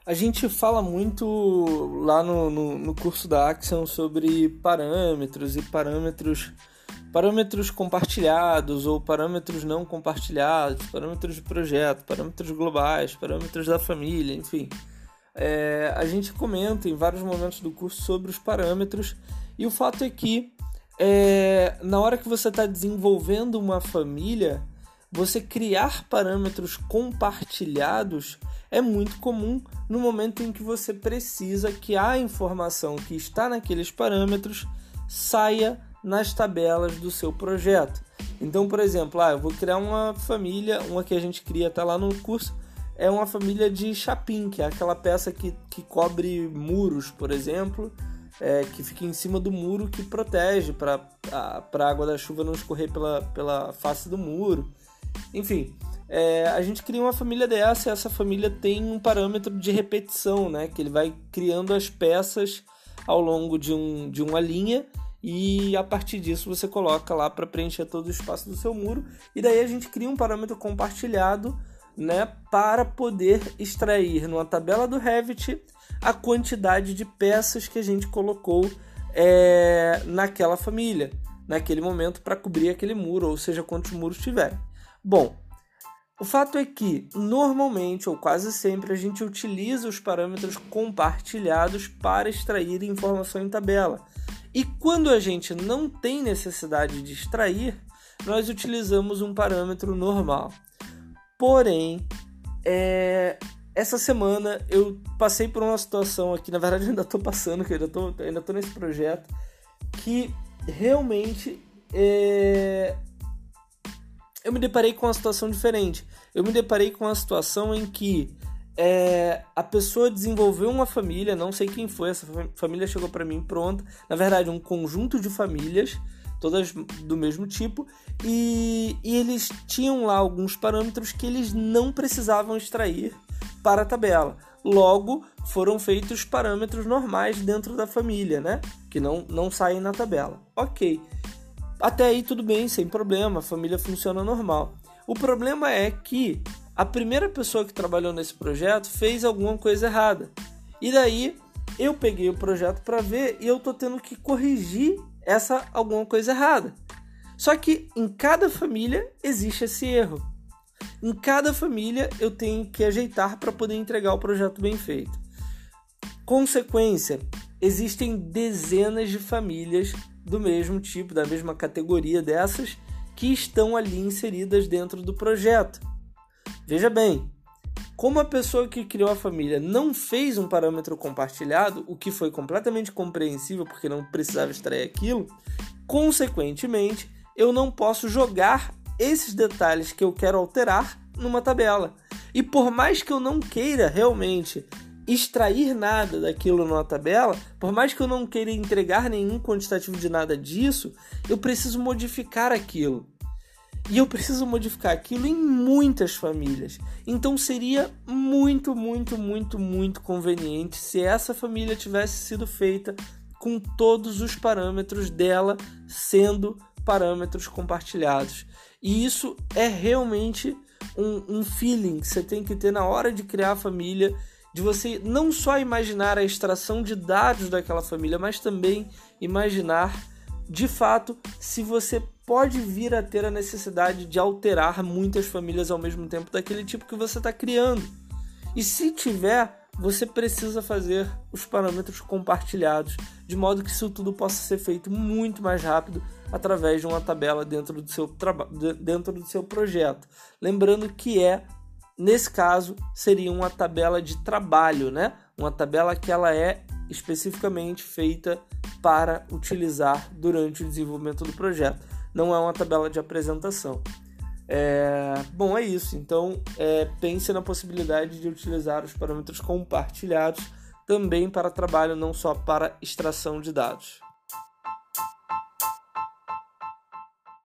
A gente fala muito lá no curso da Axion sobre parâmetros e parâmetros compartilhados ou parâmetros não compartilhados, parâmetros de projeto, parâmetros globais, parâmetros da família, enfim. A gente comenta em vários momentos do curso sobre os parâmetros e o fato é que na hora que você está desenvolvendo uma família, você criar parâmetros compartilhados é muito comum no momento em que você precisa que a informação que está naqueles parâmetros saia nas tabelas do seu projeto. Então, por exemplo, eu vou criar uma família, uma que a gente cria até lá no curso, é uma família de chapim, que é aquela peça que cobre muros, por exemplo, que fica em cima do muro, que protege para a água da chuva não escorrer pela face do muro. Enfim, a gente cria uma família dessa e essa família tem um parâmetro de repetição, né? Que ele vai criando as peças ao longo de uma linha e a partir disso você coloca lá para preencher todo o espaço do seu muro. E daí a gente cria um parâmetro compartilhado, né? Para poder extrair numa tabela do Revit a quantidade de peças que a gente colocou naquela família, naquele momento para cobrir aquele muro, ou seja, quantos muros tiver. Bom, o fato é que, normalmente ou quase sempre, a gente utiliza os parâmetros compartilhados para extrair informação em tabela. E quando a gente não tem necessidade de extrair, nós utilizamos um parâmetro normal. Porém, essa semana eu passei por uma situação aqui, na verdade eu ainda estou passando, que eu ainda estou nesse projeto, que realmente eu me deparei com uma situação diferente. Eu me deparei com uma situação em que a pessoa desenvolveu uma família, não sei quem foi, essa família chegou para mim pronta, na verdade um conjunto de famílias, todas do mesmo tipo, e eles tinham lá alguns parâmetros que eles não precisavam extrair para a tabela. Logo, foram feitos parâmetros normais dentro da família, né? Que não saem na tabela. Ok. Até aí tudo bem, sem problema, a família funciona normal. O problema é que a primeira pessoa que trabalhou nesse projeto fez alguma coisa errada. E daí eu peguei o projeto para ver e eu tô tendo que corrigir essa alguma coisa errada. Só que em cada família existe esse erro. Em cada família eu tenho que ajeitar para poder entregar o projeto bem feito. Consequência, existem dezenas de famílias do mesmo tipo, da mesma categoria dessas, que estão ali inseridas dentro do projeto. Veja bem, como a pessoa que criou a família não fez um parâmetro compartilhado, o que foi completamente compreensível porque não precisava extrair aquilo, consequentemente, eu não posso jogar esses detalhes que eu quero alterar numa tabela. E por mais que eu não queira realmente extrair nada daquilo numa tabela, por mais que eu não queira entregar nenhum quantitativo de nada disso, eu preciso modificar aquilo. E eu preciso modificar aquilo em muitas famílias. Então seria muito, muito, muito, muito conveniente se essa família tivesse sido feita com todos os parâmetros dela sendo parâmetros compartilhados. E isso é realmente um feeling que você tem que ter na hora de criar a família, de você não só imaginar a extração de dados daquela família, mas também imaginar, de fato, se você pode vir a ter a necessidade de alterar muitas famílias ao mesmo tempo daquele tipo que você está criando. E se tiver, você precisa fazer os parâmetros compartilhados, de modo que isso tudo possa ser feito muito mais rápido através de uma tabela dentro do seu projeto. Lembrando que nesse caso, seria uma tabela de trabalho, né? Uma tabela que ela é especificamente feita para utilizar durante o desenvolvimento do projeto. Não é uma tabela de apresentação. Bom, é isso. Então, pense na possibilidade de utilizar os parâmetros compartilhados também para trabalho, não só para extração de dados.